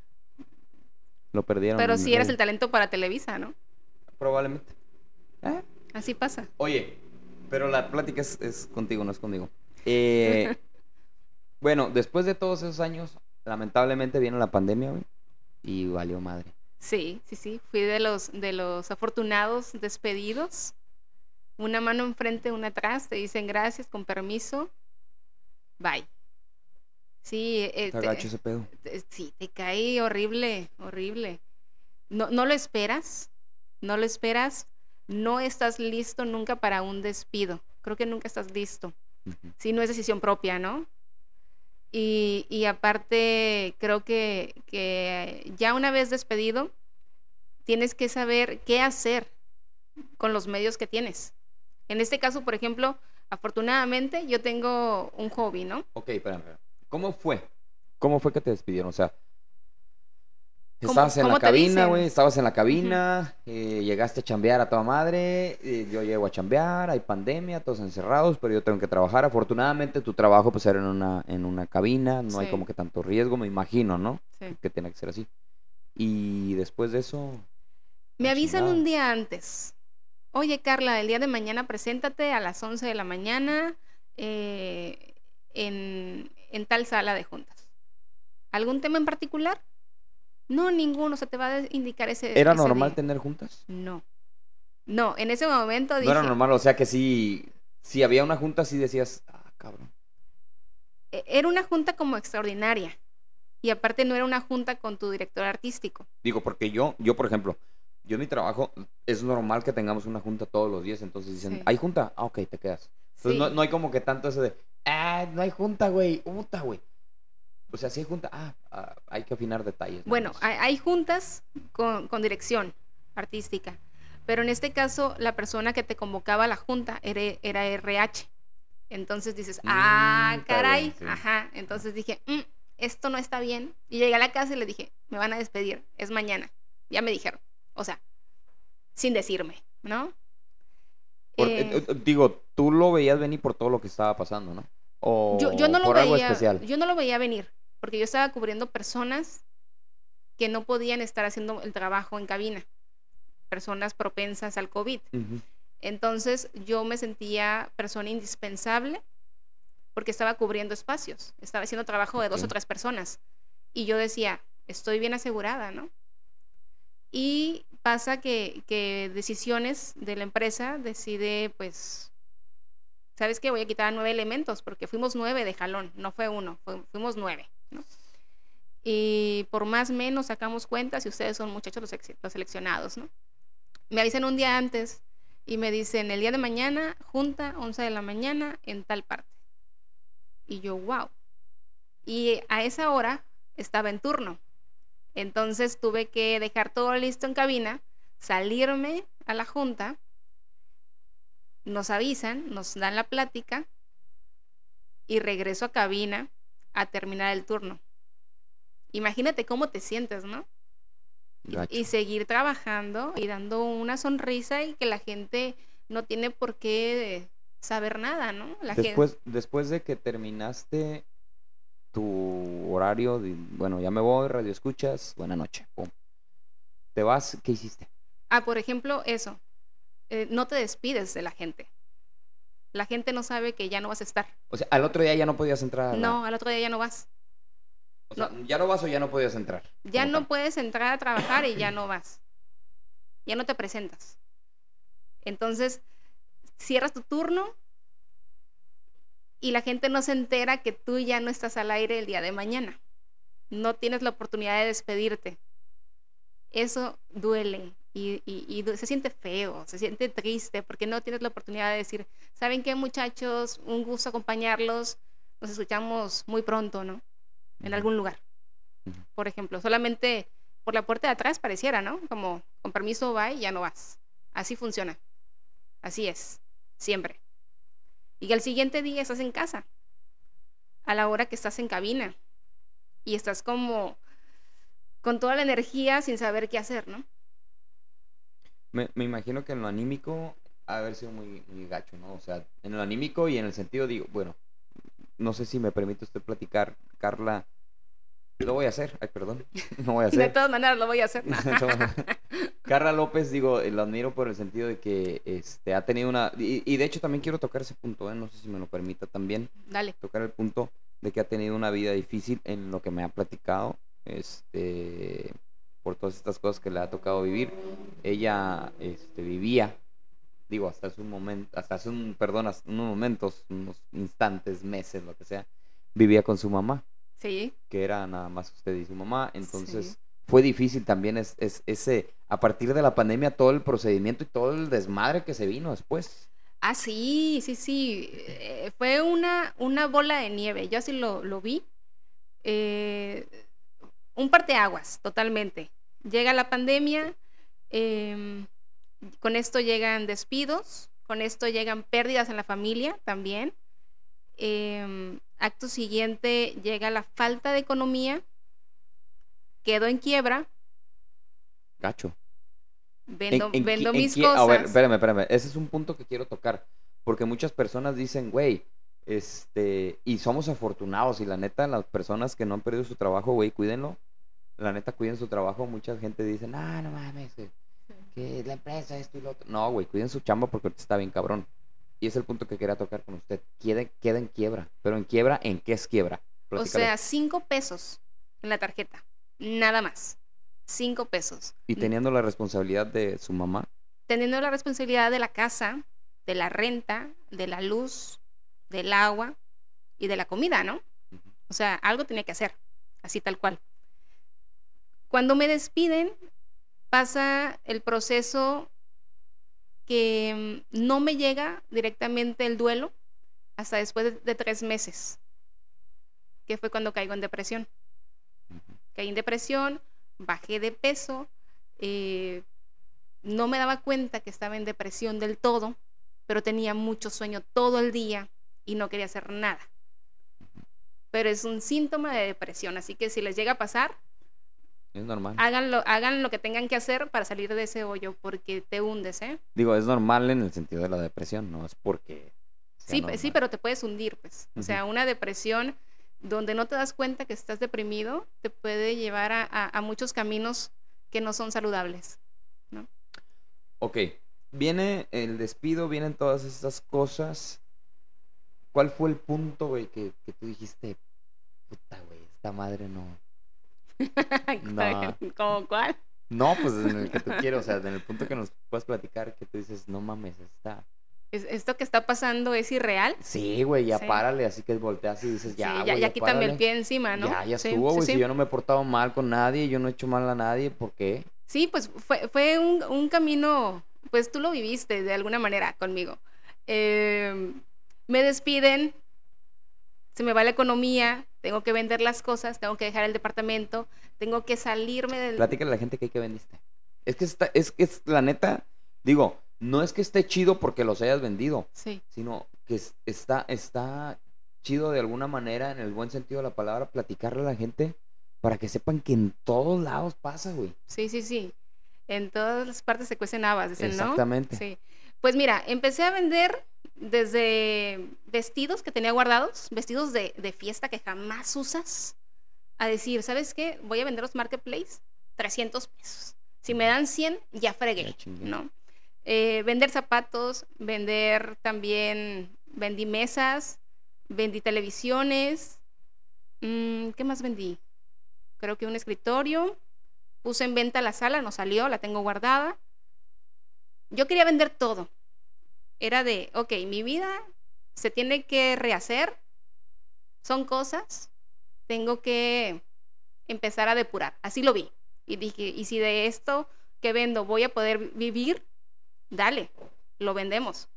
Lo perdieron. pero en sí eras radio. el talento para Televisa, ¿no? Probablemente. ¿Eh? Así pasa. Oye, pero la plática es, es contigo, no es conmigo. Eh, bueno, después de todos esos años, lamentablemente viene la pandemia, güey, y valió madre. Sí, sí, sí. Fui de los, de los afortunados despedidos. Una mano enfrente, una atrás. Te dicen gracias, con permiso. Bye. Sí, eh, Te te- agacho ese pedo. te- sí, te cae horrible, horrible. No, no lo esperas, no lo esperas. No estás listo nunca para un despido. Creo que nunca estás listo. Ujú. Si no es decisión propia, ¿no? Y, y aparte, creo que, que ya una vez despedido, tienes que saber qué hacer con los medios que tienes. En este caso, por ejemplo, afortunadamente yo tengo un hobby, ¿no? Ok, espérame, espérame. ¿Cómo fue? ¿Cómo fue que te despidieron? O sea, ¿Cómo- estabas en cómo la te cabina, dicen? güey, estabas en la cabina, eh, llegaste a chambear a toda madre, eh, yo llego a chambear, hay pandemia, todos encerrados, pero yo tengo que trabajar. Afortunadamente tu trabajo pues era en una, en una cabina, no hay Sí. como que tanto riesgo, me imagino, ¿no? Sí. Que tiene que ser así. Y después de eso, Me la avisan chingada. un día antes. Oye, Carla, el día de mañana preséntate a las once de la mañana eh, en, en tal sala de juntas. ¿Algún tema en particular? No, ninguno. Se te va a indicar ese ¿Era ese normal día. tener juntas? No. No, en ese momento No dije... era normal, o sea que sí, si había una junta, sí decías, ah, cabrón. e- Era una junta como extraordinaria. Y aparte no era una junta con tu director artístico. Digo, porque yo, yo por ejemplo, yo en mi trabajo es normal que tengamos una junta todos los días, entonces dicen, Sí. ¿hay junta? Ah, ok, te quedas. Entonces Sí. no, no hay como que tanto eso de, ah, no hay junta, güey, puta, güey. O sea, sí hay junta, ah, ah, hay que afinar detalles. nada Bueno, más. hay, hay juntas con, con dirección artística, pero en este caso la persona que te convocaba a la junta era, era R H. Entonces dices, Mm, ah, está caray, bien, sí. ajá. Entonces dije, "Mm, esto no está bien". Y llegué a la casa y le dije, me van a despedir, es mañana. Ya me dijeron, o sea, sin decirme, ¿no? Por- Eh, eh, eh, digo, tú lo veías venir por todo lo que estaba pasando, ¿no? O yo, yo no lo por algo veía, especial. yo no lo veía venir, porque yo estaba cubriendo personas que no podían estar haciendo el trabajo en cabina, personas propensas al COVID. Ujú. Entonces yo me sentía persona indispensable porque estaba cubriendo espacios, estaba haciendo trabajo de dos Ok. o tres personas. Y yo decía, estoy bien asegurada, ¿no? Y pasa que, que decisiones de la empresa decide, pues, ¿sabes qué? Voy a quitar a nueve elementos porque fuimos nueve de jalón, no fue uno, fue- fuimos nueve, ¿no? Y por más o menos sacamos cuentas y ustedes son muchachos los, ex- los seleccionados, ¿no? Me avisan un día antes y me dicen, el día de mañana, junta, once de la mañana, en tal parte. Y yo, wow. Y a esa hora estaba en turno. Entonces tuve que dejar todo listo en cabina, salirme a la junta, nos avisan, nos dan la plática y regreso a cabina a terminar el turno. Imagínate cómo te sientes, ¿no? Y, Gacho. y seguir trabajando y dando una sonrisa y que la gente no tiene por qué saber nada, ¿no? La gente, Después, después de que terminaste tu horario, de, bueno, ya me voy, radio escuchas, buena noche, pum. Te vas, ¿qué hiciste? ah, por ejemplo, eso, eh, no te despides de la gente. La gente no sabe que ya no vas a estar. O sea, al otro día ya no podías entrar. a la- No, al otro día ya no vas. O sea, ya no vas o ya no podías entrar. Ya como no tal. puedes entrar a trabajar y ya no vas. Ya no te presentas. Entonces, cierras tu turno y la gente no se entera que tú ya no estás al aire el día de mañana. No tienes la oportunidad de despedirte. Eso duele y, y- y du- se siente feo, se siente triste porque no tienes la oportunidad de decir, ¿saben qué, muchachos? Un gusto acompañarlos. Nos escuchamos muy pronto, ¿no? En Ujú. algún lugar. Ujú. Por ejemplo, solamente por la puerta de atrás pareciera, ¿no? Como con permiso va y ya no vas. Así funciona. Así es. Siempre. Y al siguiente día estás en casa. A la hora que estás en cabina. Y estás como con toda la energía sin saber qué hacer, ¿no? Me, me imagino que en lo anímico ha de haber sido muy, muy gacho, ¿no? O sea, en el anímico y en el sentido, digo, bueno, no sé si me permite usted platicar, Carla. Lo voy a hacer, ay, perdón, no voy a hacer. De todas maneras lo voy a hacer. Carla López, digo, lo admiro por el sentido de que este, ha tenido una... Y, y de hecho también quiero tocar ese punto, ¿eh? No sé si me lo permita también. Dale. Tocar el punto de que ha tenido una vida difícil en lo que me ha platicado, este, por todas estas cosas que le ha tocado vivir. Ella este, vivía, digo, hasta hace un momento, hasta hace un, perdón, hasta unos momentos, unos instantes, meses, lo que sea, vivía con su mamá. Sí. Que era nada más usted y su mamá, entonces Sí. fue difícil también es, es, ese, a partir de la pandemia, todo el procedimiento y todo el desmadre que se vino después. Ah, sí, sí, sí. Eh, fue una, una bola de nieve. Yo así lo, lo vi. Eh, un parteaguas, totalmente. Llega la pandemia, eh, con esto llegan despidos, con esto llegan pérdidas en la familia también. Eh, acto siguiente llega la falta de economía, quedo en quiebra, Gacho. vendo, En- en vendo qui- en mis qui- cosas. A ver, espérame, espérame. Ese es un punto que quiero tocar. Porque muchas personas dicen, güey, este, y somos afortunados. Y la neta, las personas que no han perdido su trabajo, güey, cuídenlo. La neta, cuiden su trabajo. Mucha gente dice, ah, no mames, que, que la empresa, esto y lo otro. No, güey, cuiden su chamba porque ahorita está bien cabrón. Y es el punto que quería tocar con usted. Queda, queda en quiebra. Pero en quiebra, ¿en qué es quiebra? O Platícale. sea, cinco pesos en la tarjeta, nada más. Cinco pesos. Y teniendo la responsabilidad de su mamá. Teniendo la responsabilidad de la casa, de la renta, de la luz, del agua y de la comida, ¿no? Ujú. O sea, algo tenía que hacer, así tal cual. Cuando me despiden, pasa el proceso que mm, no me llega directamente el duelo hasta después de, de tres meses, que fue cuando caigo en depresión. Ujú. Caí en depresión, bajé de peso, eh, no me daba cuenta que estaba en depresión del todo, pero tenía mucho sueño todo el día y no quería hacer nada. Pero es un síntoma de depresión, así que si les llega a pasar, Es normal. hagan lo, hagan lo que tengan que hacer para salir de ese hoyo, porque te hundes, ¿eh? Digo, es normal en el sentido de la depresión, no es porque sea Sí, normal. sí, pero te puedes hundir, pues. O sea, Ujú. una depresión donde no te das cuenta que estás deprimido te puede llevar a, a- a muchos caminos que no son saludables. Ok, viene el despido, vienen todas estas cosas. ¿Cuál fue el punto, güey, que, que tú dijiste, puta, güey, esta madre no... No. ¿Cómo cuál? No, pues en el que tú quieres, o sea, en el punto que nos puedas platicar, que tú dices, no mames, está... ¿Es- ¿Esto que está pasando es irreal? Sí, güey, ya Sí. párale, así que volteas y dices, ya, sí, güey, ya, ya, ya quítame el párale. pie encima, ¿no? Ya, ya Sí, estuvo, sí, güey, sí. si yo no me he portado mal con nadie, yo no he hecho mal a nadie, ¿por qué? Sí, pues fue, fue un, un camino, pues tú lo viviste de alguna manera conmigo. Eh, me despiden, se me va la economía, tengo que vender las cosas, tengo que dejar el departamento, tengo que salirme del... Platícale a la gente que, que vendiste. Es que está, es que es la neta, digo, no es que esté chido porque los hayas vendido, Sí, sino que es- está, está chido de alguna manera, en el buen sentido de la palabra, platicarle a la gente para que sepan que en todos lados pasa, güey. sí, sí, sí. En todas las partes se cuecen habas, dicen, ¿no? Exactamente. Sí. Pues mira, empecé a vender desde vestidos que tenía guardados, vestidos de, de fiesta que jamás usas, a decir, ¿sabes qué? Voy a vender los marketplace, trescientos pesos. Si me dan cien, ya fregué, Ya chingué. ¿no? Eh, vender zapatos, vender también, vendí mesas, vendí televisiones, mm, ¿qué más vendí? Creo que un escritorio, puse en venta la sala, no salió, la tengo guardada. Yo quería vender todo. Era de, ok, mi vida se tiene que rehacer, son cosas, tengo que empezar a depurar. Así lo vi. Y dije, y si de esto que vendo voy a poder vivir, dale, lo vendemos.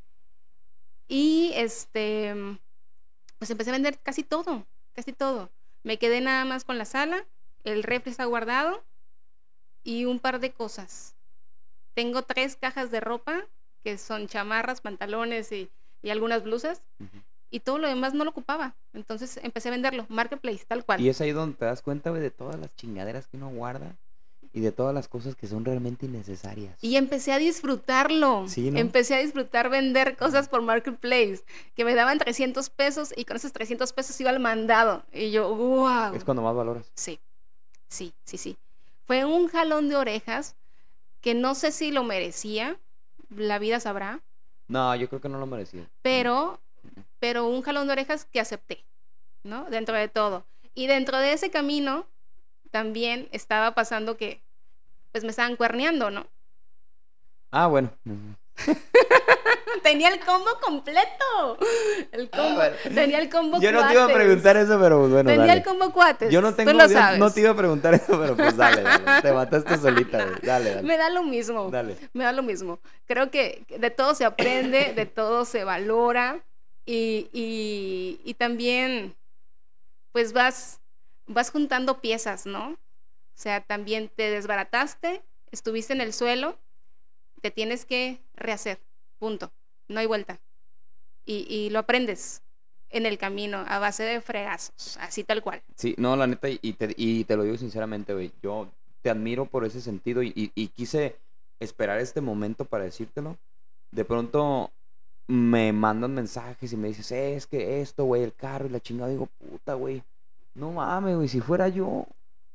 Y este, pues empecé a vender casi todo, casi todo. Me quedé nada más con la sala, el refri está guardado y un par de cosas. Tengo tres cajas de ropa, que son chamarras, pantalones y, y algunas blusas, Ujú. y todo lo demás no lo ocupaba. Entonces empecé a venderlo, marketplace, tal cual. Y es ahí donde te das cuenta, güey, de todas las chingaderas que uno guarda y de todas las cosas que son realmente innecesarias. Y empecé a disfrutarlo. Sí, ¿no? Empecé a disfrutar vender cosas por Marketplace, que me daban trescientos pesos y con esos trescientos pesos iba al mandado. Y yo, wow. Es cuando más valoras. Sí, sí, sí, sí. Fue un jalón de orejas que no sé si lo merecía, la vida sabrá. No, yo creo que no lo merecía. Pero, pero un jalón de orejas que acepté, ¿no? Dentro de todo. Y dentro de ese camino también estaba pasando que, pues me estaban cuerneando, ¿no? Ah, bueno. Tenía el combo completo. El combo, Ah, bueno. Tenía el combo Yo no cuates. te iba a preguntar eso, pero bueno, Tenía dale. el combo cuates. Yo no tengo, Tú lo yo sabes. no te iba a preguntar eso, pero pues dale, dale. Te mataste solita, güey. Dale, dale. Me da lo mismo. Dale. Me da lo mismo. Creo que de todo se aprende, de todo se valora y, y, y también pues vas, vas juntando piezas, ¿no? O sea, también te desbarataste, estuviste en el suelo, te tienes que rehacer, punto. No hay vuelta. Y, y lo aprendes en el camino a base de fregazos, así tal cual. Sí, no, la neta, y te, y te lo digo sinceramente, güey. Yo te admiro por ese sentido y, y, y quise esperar este momento para decírtelo. De pronto me mandan mensajes y me dices, eh, es que esto, güey, el carro y la chingada. Digo, puta, güey, no mames, güey, si fuera yo,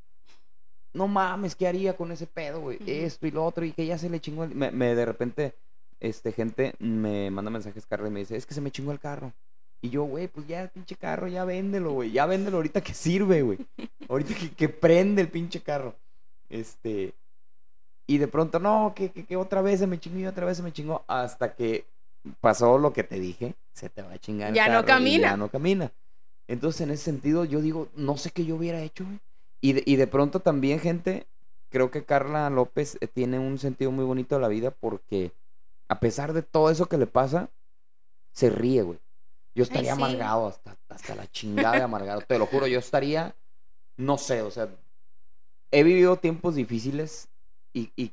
no mames, ¿qué haría con ese pedo, güey? Ujú. Esto y lo otro, y que ya se le chingó. el- Me, me de repente, este, gente me manda mensajes, Carla, y me dice, es que se me chingó el carro. Y yo, güey, pues ya, pinche carro, ya véndelo, güey. Ya véndelo ahorita que sirve, güey. Ahorita que, que prende el pinche carro. Este. Y de pronto, no, que, que, que otra vez se me chingó y otra vez se me chingó. Hasta que pasó lo que te dije. Se te va a chingar el Ya no carro y camina. ya no camina. Entonces, en ese sentido, yo digo, no sé qué yo hubiera hecho, güey. Y de, y de pronto también, gente, creo que Carla López eh, tiene un sentido muy bonito de la vida porque a pesar de todo eso que le pasa, se ríe, güey. Yo estaría sí. amargado hasta, hasta la chingada de amargado. Te lo juro, yo estaría, no sé, o sea, he vivido tiempos difíciles y, y,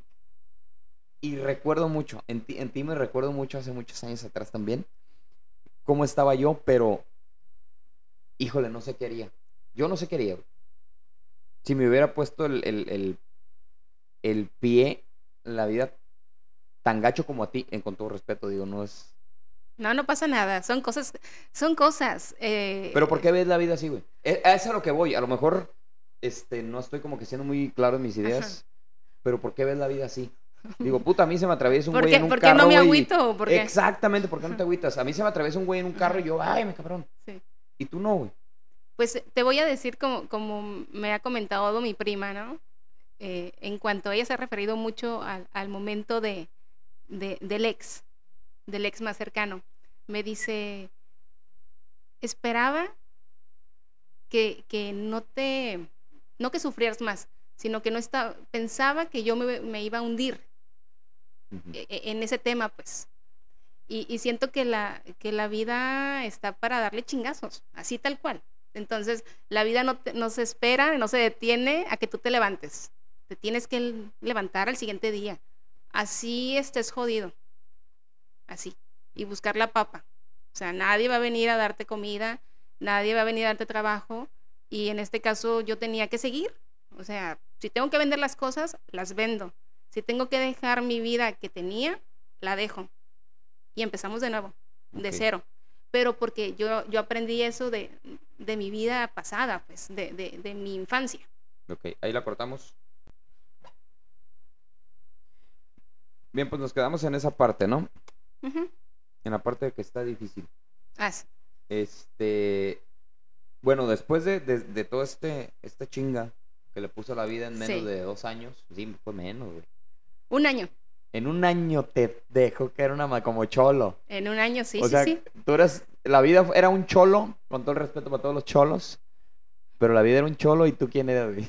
y recuerdo mucho, en ti, en ti me recuerdo mucho hace muchos años atrás también, cómo estaba yo, pero, híjole, no sé qué haría. Yo no sé qué haría, güey. Si me hubiera puesto el, el, el, el pie en la vida tan gacho como a ti, en con todo respeto, digo, no es... No, no pasa nada. Son cosas, son cosas. eh, Pero ¿por qué ves la vida así, güey? Es, es a lo que voy. A lo mejor este, no estoy como que siendo muy claro en mis ideas, Ajá. pero ¿por qué ves la vida así? Digo, puta, a mí se me atraviesa un ¿Por güey qué, en un por qué carro, no me güey, y- agüito? ¿O por qué? Exactamente, ¿por qué no te agüitas? A mí se me atraviesa un güey en un carro y yo, ay, me cabrón. Sí. Y tú no, güey. Pues te voy a decir como, como me ha comentado mi prima, ¿no? Eh, en cuanto ella se ha referido mucho al, al momento de, de- del ex, del ex más cercano. Me dice, esperaba que, que no te, no que sufrieras más, sino que no estaba, pensaba que yo me, me iba a hundir Ujú. e- e- en ese tema, pues. Y, y siento que la, que la vida está para darle chingazos, así tal cual. Entonces, la vida no, te- no se espera, no se detiene a que tú te levantes. Te tienes que l- levantar al siguiente día. Así estés jodido. Así. Y buscar la papa. O sea, nadie va a venir a darte comida, nadie va a venir a darte trabajo. Y en este caso yo tenía que seguir. O sea, si tengo que vender las cosas, las vendo. Si tengo que dejar mi vida que tenía, la dejo. Y empezamos de nuevo, de Ok. cero. Pero porque yo, yo aprendí eso de, de mi vida pasada, pues, de, de, de mi infancia. Ok, ahí la cortamos. Bien, pues nos quedamos en esa parte, ¿no? Ujú. En la parte de que está difícil. Ah, sí. Este, bueno, después de, de, de todo este, esta chinga que le puso la vida en menos Sí. de dos años, sí, fue menos, güey. Un año. En un año te dejó que era una ma- como cholo. En un año, sí, o sí, sea, sí. tú eras, la vida era un cholo, con todo el respeto para todos los cholos, pero la vida era un cholo y tú quién eras, güey.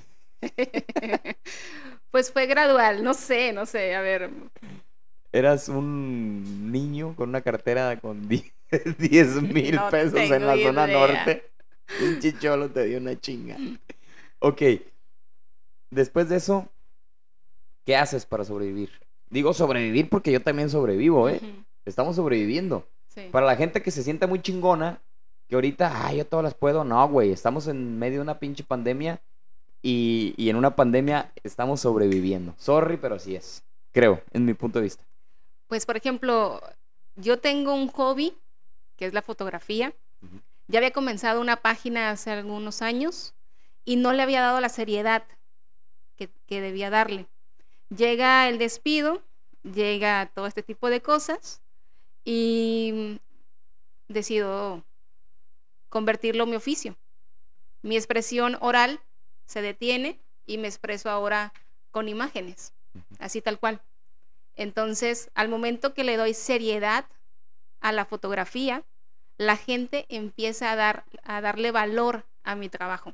Pues fue gradual, no sé, no sé, a ver. Eras un niño con una cartera con diez mil No pesos en tengo la zona idea. norte. Pinche cholo te dio una chinga. Ok. Después de eso, ¿qué haces para sobrevivir? Digo sobrevivir porque yo también sobrevivo, ¿eh? Ujú, Estamos sobreviviendo. sí. Para la gente que se sienta muy chingona, que ahorita, ay, yo todas las puedo. No, güey, estamos en medio de una pinche pandemia y, y en una pandemia estamos sobreviviendo. Sorry, pero así es. Creo, en mi punto de vista. Pues, por ejemplo, yo tengo un hobby, que es la fotografía. Uh-huh. Ya había comenzado una página hace algunos años y no le había dado la seriedad que, que debía darle. Llega el despido, llega todo este tipo de cosas y decido convertirlo en mi oficio. Mi expresión oral se detiene y me expreso ahora con imágenes, así tal cual. Entonces, al momento que le doy seriedad a la fotografía, la gente empieza a, dar, a darle valor a mi trabajo.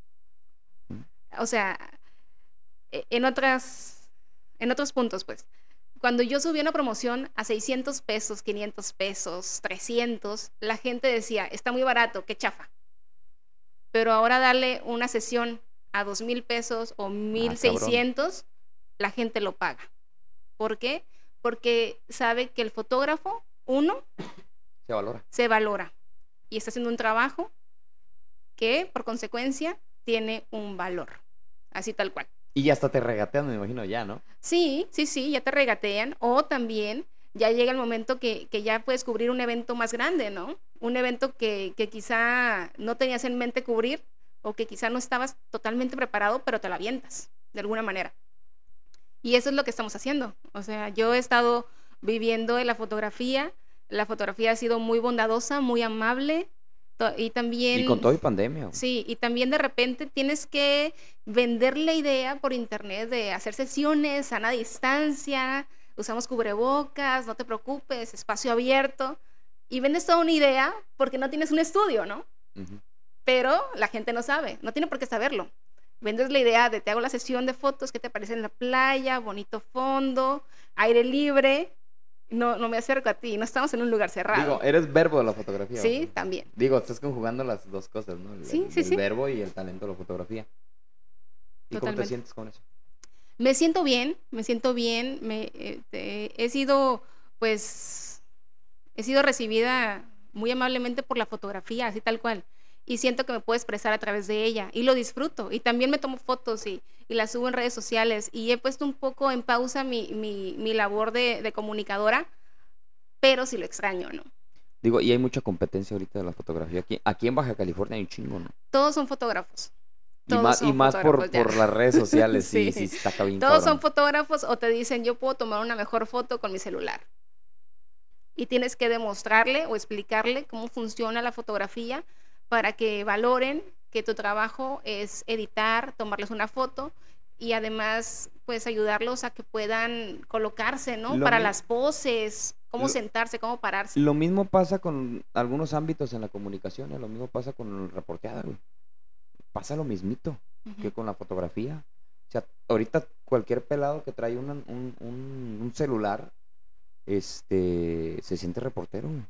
O sea, en, otras, en otros puntos, pues, cuando yo subí una promoción a seiscientos pesos, quinientos pesos, trescientos, la gente decía, está muy barato, qué chafa. Pero ahora darle una sesión a dos mil pesos o mil seiscientos, ah, la gente lo paga. ¿Por qué? Porque sabe que el fotógrafo, uno, se valora. Se valora y está haciendo un trabajo que, por consecuencia, tiene un valor. Así tal cual. Y hasta te regatean, me imagino, ya, ¿no? Sí, sí, sí, ya te regatean. O también ya llega el momento que, que ya puedes cubrir un evento más grande, ¿no? Un evento que, que quizá no tenías en mente cubrir o que quizá no estabas totalmente preparado, pero te la avientas, de alguna manera. Y eso es lo que estamos haciendo. O sea, yo he estado viviendo en la fotografía. La fotografía ha sido muy bondadosa, muy amable. Y también... Y con todo y pandemia. Sí, y también de repente tienes que vender la idea por internet de hacer sesiones, sana distancia, usamos cubrebocas, no te preocupes, espacio abierto. Y vendes toda una idea porque no tienes un estudio, ¿no? Uh-huh. Pero la gente no sabe, no tiene por qué saberlo. Vendes la idea de te hago la sesión de fotos, que te parece en la playa, bonito fondo, aire libre, no, no me acerco a ti, no estamos en un lugar cerrado. Digo, eres verbo de la fotografía. Sí, ¿no? También. Digo, estás conjugando las dos cosas, ¿no? El, sí, el, sí, el sí. verbo y el talento de la fotografía. ¿Y Totalmente. Cómo te sientes con eso? Me siento bien, me siento bien, me, eh, eh, he sido, pues, he sido recibida muy amablemente por la fotografía, así tal cual. Y siento que me puedo expresar a través de ella y lo disfruto. Y también me tomo fotos y, y las subo en redes sociales y he puesto un poco en pausa mi, mi, mi labor de, de comunicadora, pero sí lo extraño, ¿no? Digo, y hay mucha competencia ahorita de la fotografía. Aquí, aquí en Baja California hay un chingo, ¿no? Todos son fotógrafos. Todos y más, y más por, por las redes sociales, sí, sí, sí está bien. Todos cabrón. son fotógrafos o te dicen, yo puedo tomar una mejor foto con mi celular. Y tienes que demostrarle o explicarle cómo funciona la fotografía para que valoren que tu trabajo es editar, tomarles una foto y además pues ayudarlos a que puedan colocarse, ¿no? Lo para mi... las poses, cómo lo... sentarse, cómo pararse. Lo mismo pasa con algunos ámbitos en la comunicación, ¿eh? Lo mismo pasa con el reporteado, güey. Pasa lo mismito uh-huh. que con la fotografía. O sea, ahorita cualquier pelado que trae una, un, un, un celular este se siente reportero, güey.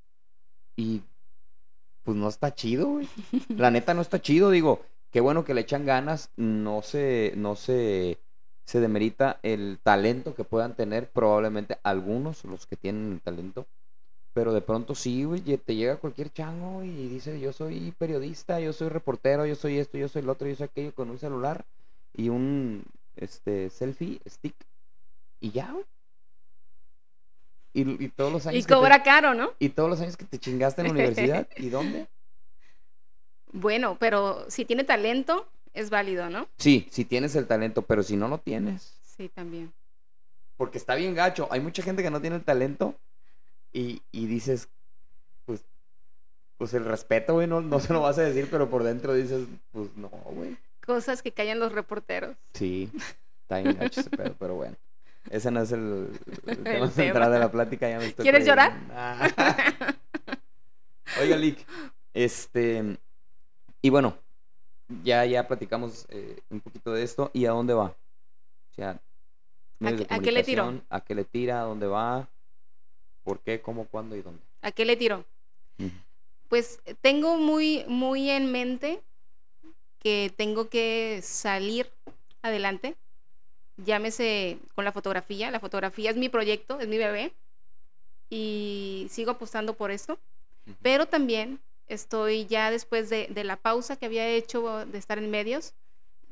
Y pues no está chido, güey. La neta no está chido, digo, qué bueno que le echan ganas, no se, no se, se demerita el talento que puedan tener, probablemente algunos, los que tienen el talento, pero de pronto sí, güey, te llega cualquier chango y dice, yo soy periodista, yo soy reportero, yo soy esto, yo soy lo otro, yo soy aquello, con un celular y un, este, selfie stick, y ya, güey. Y, y todos los años y cobra te, caro, ¿no? Y todos los años que te chingaste en la universidad, ¿y dónde? Bueno, pero si tiene talento, es válido, ¿no? Sí, si tienes el talento, pero si no lo tienes. Sí, también. Porque está bien gacho. Hay mucha gente que no tiene el talento y, y dices, pues, pues el respeto, güey, no, no se lo vas a decir, pero por dentro dices, pues no, güey. Cosas que callan los reporteros. Sí, está bien gacho ese pedo, pero bueno. Ese no es el, el tema central de la plática. Ya me estoy ¿Quieres creyendo. llorar? Ah. Oiga, Lick, este, y bueno, ya, ya platicamos eh, un poquito de esto. ¿Y a dónde va? O sea, ¿A, qué, ¿a qué le tiró? ¿A qué le tira? ¿A dónde va? ¿Por qué? ¿Cómo? ¿Cuándo? ¿Y dónde? ¿A qué le tiró? Uh-huh. Pues tengo muy, muy en mente que tengo que salir adelante. Llámese con la fotografía. La fotografía es mi proyecto, es mi bebé. Y sigo apostando por esto. Uh-huh. Pero también estoy ya después de, de la pausa que había hecho de estar en medios,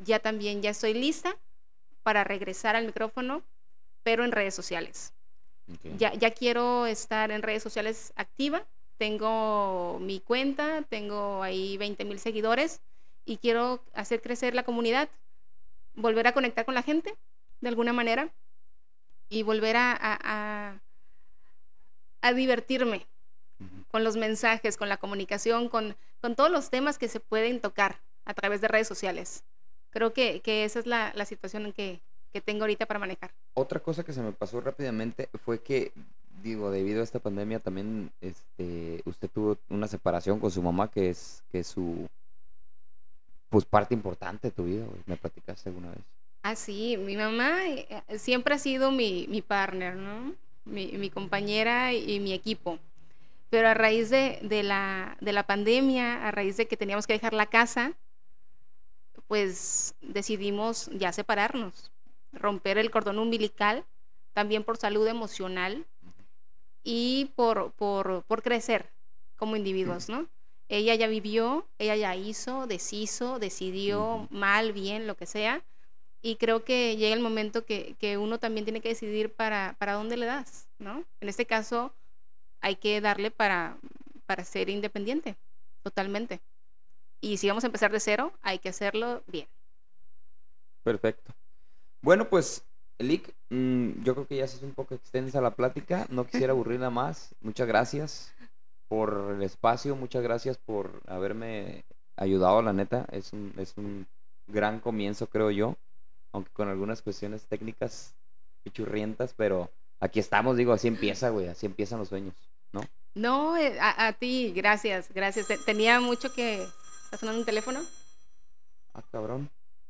ya también ya estoy lista para regresar al micrófono, pero en redes sociales. Okay. Ya, ya quiero estar en redes sociales activa. Tengo mi cuenta, tengo ahí veinte mil seguidores y quiero hacer crecer la comunidad, volver a conectar con la gente de alguna manera y volver a, a, a, a divertirme uh-huh. con los mensajes, con la comunicación, con, con todos los temas que se pueden tocar a través de redes sociales. Creo que, que esa es la, la situación en que, que tengo ahorita para manejar. Otra cosa que se me pasó rápidamente fue que, digo, debido a esta pandemia también este, usted tuvo una separación con su mamá, que es, que es su pues parte importante de tu vida, güey. ¿Me platicaste alguna vez? Ah, sí, mi mamá eh, siempre ha sido mi, mi partner, ¿no? Mi, mi compañera y, y mi equipo. Pero a raíz de, de, la, de la pandemia, a raíz de que teníamos que dejar la casa, pues decidimos ya separarnos, romper el cordón umbilical, también por salud emocional y por, por, por crecer como individuos, ¿no? Ella ya vivió, ella ya hizo, deshizo, decidió, uh-huh. mal, bien, lo que sea, y creo que llega el momento que, que uno también tiene que decidir para, para dónde le das, ¿no? En este caso hay que darle para, para ser independiente, totalmente. Y si vamos a empezar de cero, hay que hacerlo bien. Perfecto. Bueno, pues, Lic, mmm, yo creo que ya se es un poco extensa la plática. No quisiera aburrirla más. Muchas gracias por el espacio. Muchas gracias por haberme ayudado, la neta. Es un, es un gran comienzo, creo yo. Aunque con algunas cuestiones técnicas pichurrientas, pero aquí estamos, digo, así empieza, güey. Así empiezan los sueños, ¿no? No, a, a ti, gracias, gracias. Tenía mucho que... ¿Está sonando un teléfono? Ah, cabrón.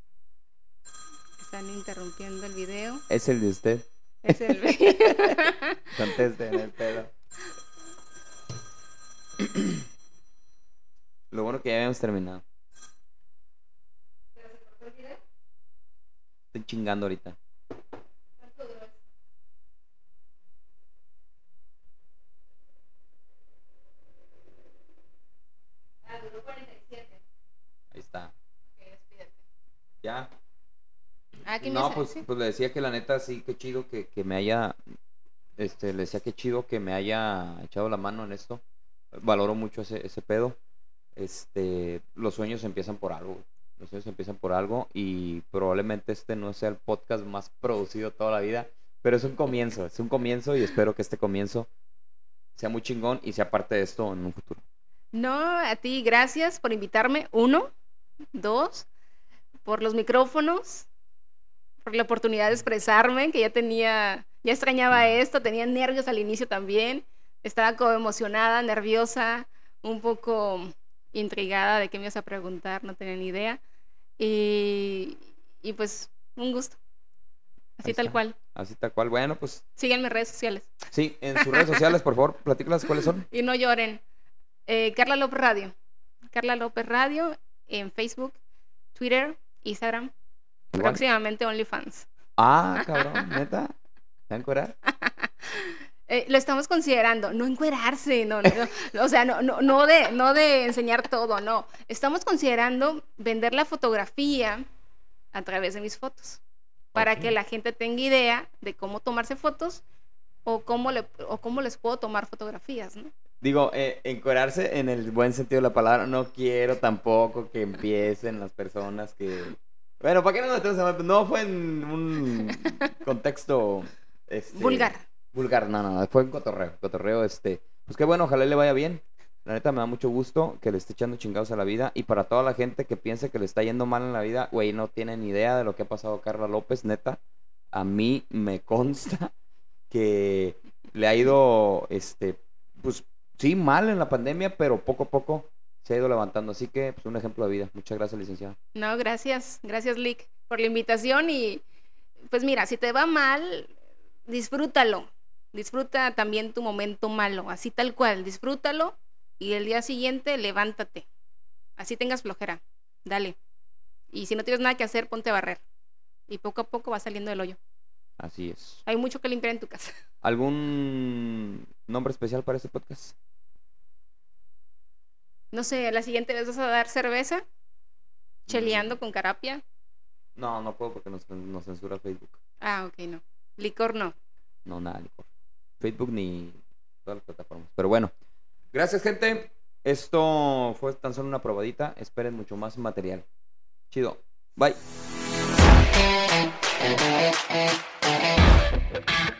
Están interrumpiendo el video. Es el de usted. Es el video. Contesten el pedo. Lo bueno que ya habíamos terminado. ¿Pero se cortó el video? Estoy chingando ahorita. ¿Cuánto duró? Ah, duró cuarenta y siete. Ahí está. Ok, despídete. Ya. Ah, ¿qué no, me pues, pues le decía que la neta sí, qué chido que, que me haya, este, le decía que chido que me haya echado la mano en esto. Valoro mucho ese, ese pedo. Este, los sueños empiezan por algo. Los sueños empiezan por algo y probablemente este no sea el podcast más producido toda la vida, pero es un comienzo, es un comienzo y espero que este comienzo sea muy chingón y sea parte de esto en un futuro. No, a ti, gracias por invitarme. Uno, dos, por los micrófonos, por la oportunidad de expresarme, que ya tenía, ya extrañaba esto, tenía nervios al inicio también, estaba como emocionada, nerviosa, un poco intrigada de qué me ibas a preguntar, no tenía ni idea, y, y pues un gusto, así tal cual. Así tal cual, bueno, pues... Síganme en redes sociales. Sí, en sus redes sociales, por favor, platícalas cuáles son. Y no lloren. Eh, Carla López Radio, Carla López Radio en Facebook, Twitter, Instagram. Igual. Próximamente OnlyFans. Ah, cabrón, neta. ¿Se va a encuerar? eh, lo estamos considerando, no encuerarse, no, no, no, o sea, no, no, no, de, no de enseñar todo, no. Estamos considerando vender la fotografía a través de mis fotos, para okay. que la gente tenga idea de cómo tomarse fotos o cómo, le, o cómo les puedo tomar fotografías, ¿no? Digo, eh, encuerarse en el buen sentido de la palabra, no quiero tampoco que empiecen las personas que... Bueno, ¿para qué no nos metemos? No fue en un contexto... Este, vulgar. Vulgar, no, no, fue en cotorreo. Cotorreo, este... Pues qué bueno, ojalá le vaya bien. La neta me da mucho gusto que le esté echando chingados a la vida. Y para toda la gente que piensa que le está yendo mal en la vida, güey, no tienen ni idea de lo que ha pasado a Carla López, neta. A mí me consta que le ha ido, este, pues... Sí, mal en la pandemia, pero poco a poco se ha ido levantando. Así que, pues, un ejemplo de vida. Muchas gracias, licenciada. No, gracias. Gracias, Lic, por la invitación. Y, pues, mira, si te va mal, disfrútalo. Disfruta también tu momento malo. Así tal cual, disfrútalo. Y el día siguiente, levántate. Así tengas flojera. Dale. Y si no tienes nada que hacer, ponte a barrer. Y poco a poco va saliendo del hoyo. Así es. Hay mucho que limpiar en tu casa. ¿Algún nombre especial para este podcast? No sé, la siguiente vez vas a dar cerveza, cheleando con Carapia. No, no puedo porque nos, nos censura Facebook. Ah, ok, no. Licor no. No, nada, licor. Facebook ni todas las plataformas. Pero bueno, gracias, gente. Esto fue tan solo una probadita. Esperen mucho más material. Chido. Bye.